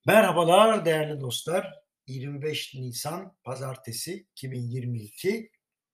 Merhabalar değerli dostlar. 25 Nisan Pazartesi 2022.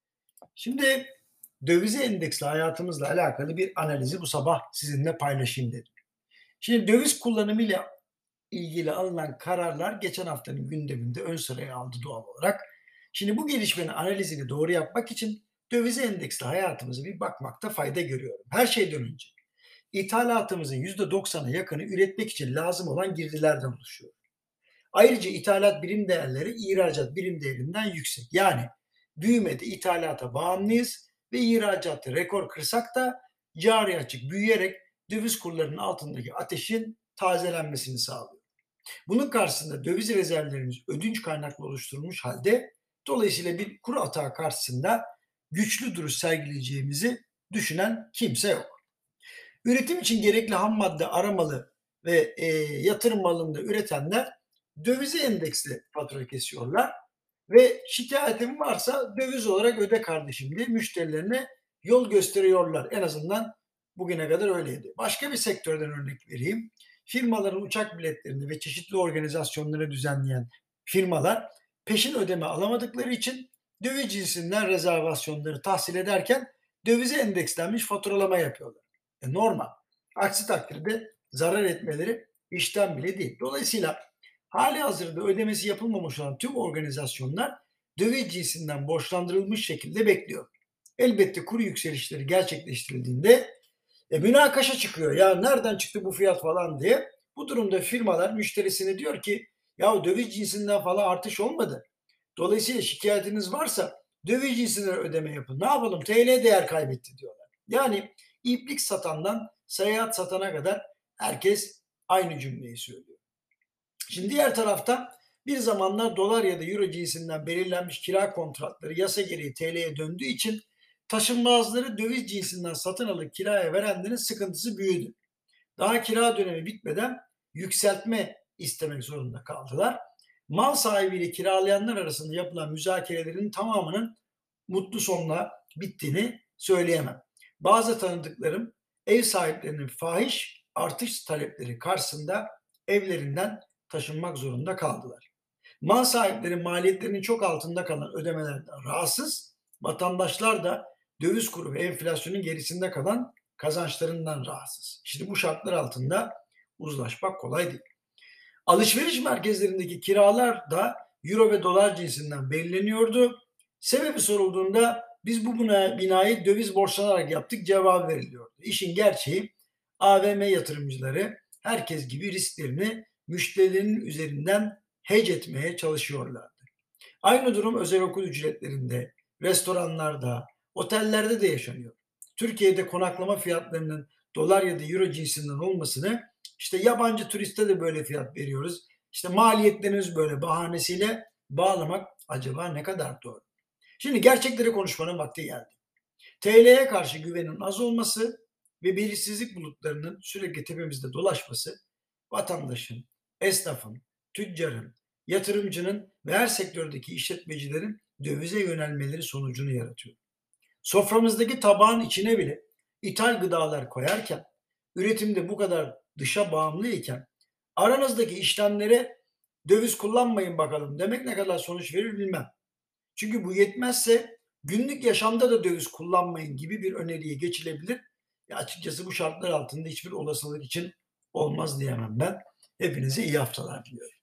Şimdi döviz endeksli hayatımızla alakalı bir analizi bu sabah sizinle paylaşayım dedim. Şimdi döviz kullanımıyla ilgili alınan kararlar geçen haftanın gündeminde ön sıraya aldı doğal olarak. Şimdi bu gelişmenin analizini doğru yapmak için döviz endeksli hayatımıza bir bakmakta fayda görüyorum. Her şeyden önce ithalatımızın %90'a yakını üretmek için lazım olan girdilerden oluşuyor. Ayrıca ithalat birim değerleri ihracat birim değerinden yüksek. Yani büyümede ithalata bağımlıyız ve ihracatta rekor kırsak da cari açık büyüyerek döviz kurlarının altındaki ateşin tazelenmesini sağlıyor. Bunun karşısında döviz rezervlerimiz ödünç kaynaklı oluşturulmuş halde dolayısıyla bir kur atağı karşısında güçlü duruş sergileyeceğimizi düşünen kimse yok. Üretim için gerekli ham madde aramalı ve yatırım malında üretenler dövize endeksli fatura kesiyorlar ve şikayetin varsa döviz olarak öde kardeşim diye müşterilerine yol gösteriyorlar. En azından bugüne kadar öyleydi. Başka bir sektörden örnek vereyim. Firmaların uçak biletlerini ve çeşitli organizasyonları düzenleyen firmalar peşin ödeme alamadıkları için döviz cinsinden rezervasyonları tahsil ederken dövize endekslenmiş faturalama yapıyorlar. Normal. Aksi takdirde zarar etmeleri işten bile değil. Dolayısıyla hali hazırda ödemesi yapılmamış olan tüm organizasyonlar döviz cinsinden borçlandırılmış şekilde bekliyor. Elbette kur yükselişleri gerçekleştirildiğinde münakaşa çıkıyor. Ya nereden çıktı bu fiyat falan diye. Bu durumda firmalar müşterisine diyor ki ya döviz cinsinden falan artış olmadı. Dolayısıyla şikayetiniz varsa döviz cinsinden ödeme yapın. Ne yapalım? TL değer kaybetti diyorlar. Yani iplik satandan seyahat satana kadar herkes aynı cümleyi söylüyor. Şimdi diğer taraftan bir zamanlar dolar ya da euro cinsinden belirlenmiş kira kontratları yasa gereği TL'ye döndüğü için taşınmazları döviz cinsinden satın alıp kiraya verenlerin sıkıntısı büyüdü. Daha kira dönemi bitmeden yükseltme istemek zorunda kaldılar. Mal sahibiyle kiralayanlar arasında yapılan müzakerelerin tamamının mutlu sonla bittiğini söyleyemem. Bazı tanıdıklarım ev sahiplerinin fahiş artış talepleri karşısında evlerinden taşınmak zorunda kaldılar. Mal sahipleri maliyetlerinin çok altında kalan ödemelerden rahatsız, vatandaşlar da döviz kuru ve enflasyonun gerisinde kalan kazançlarından rahatsız. İşte bu şartlar altında uzlaşmak kolay değil. Alışveriş merkezlerindeki kiralar da euro ve dolar cinsinden belirleniyordu. Sebebi sorulduğunda biz bu binayı döviz borçlanarak yaptık cevabı veriliyordu. İşin gerçeği AVM yatırımcıları herkes gibi risklerini müşterilerinin üzerinden hedge etmeye çalışıyorlardı. Aynı durum özel okul ücretlerinde, restoranlarda, otellerde de yaşanıyor. Türkiye'de konaklama fiyatlarının dolar ya da euro cinsinden olmasını işte yabancı turiste de böyle fiyat veriyoruz. İşte maliyetleriniz böyle bahanesiyle bağlamak acaba ne kadar doğru? Şimdi gerçekleri konuşmanın vakti geldi. TL'ye karşı güvenin az olması ve belirsizlik bulutlarının sürekli tepemizde dolaşması vatandaşın, esnafın, tüccarın, yatırımcının ve her sektördeki işletmecilerin dövize yönelmeleri sonucunu yaratıyor. Soframızdaki tabağın içine bile ithal gıdalar koyarken, üretimde bu kadar dışa bağımlıyken aranızdaki işlemlere döviz kullanmayın bakalım demek ne kadar sonuç verir bilmem. Çünkü bu yetmezse günlük yaşamda da döviz kullanmayın gibi bir öneriye geçilebilir. Açıkçası bu şartlar altında hiçbir olasılık için olmaz diyemem ben. Hepinize iyi haftalar diliyorum.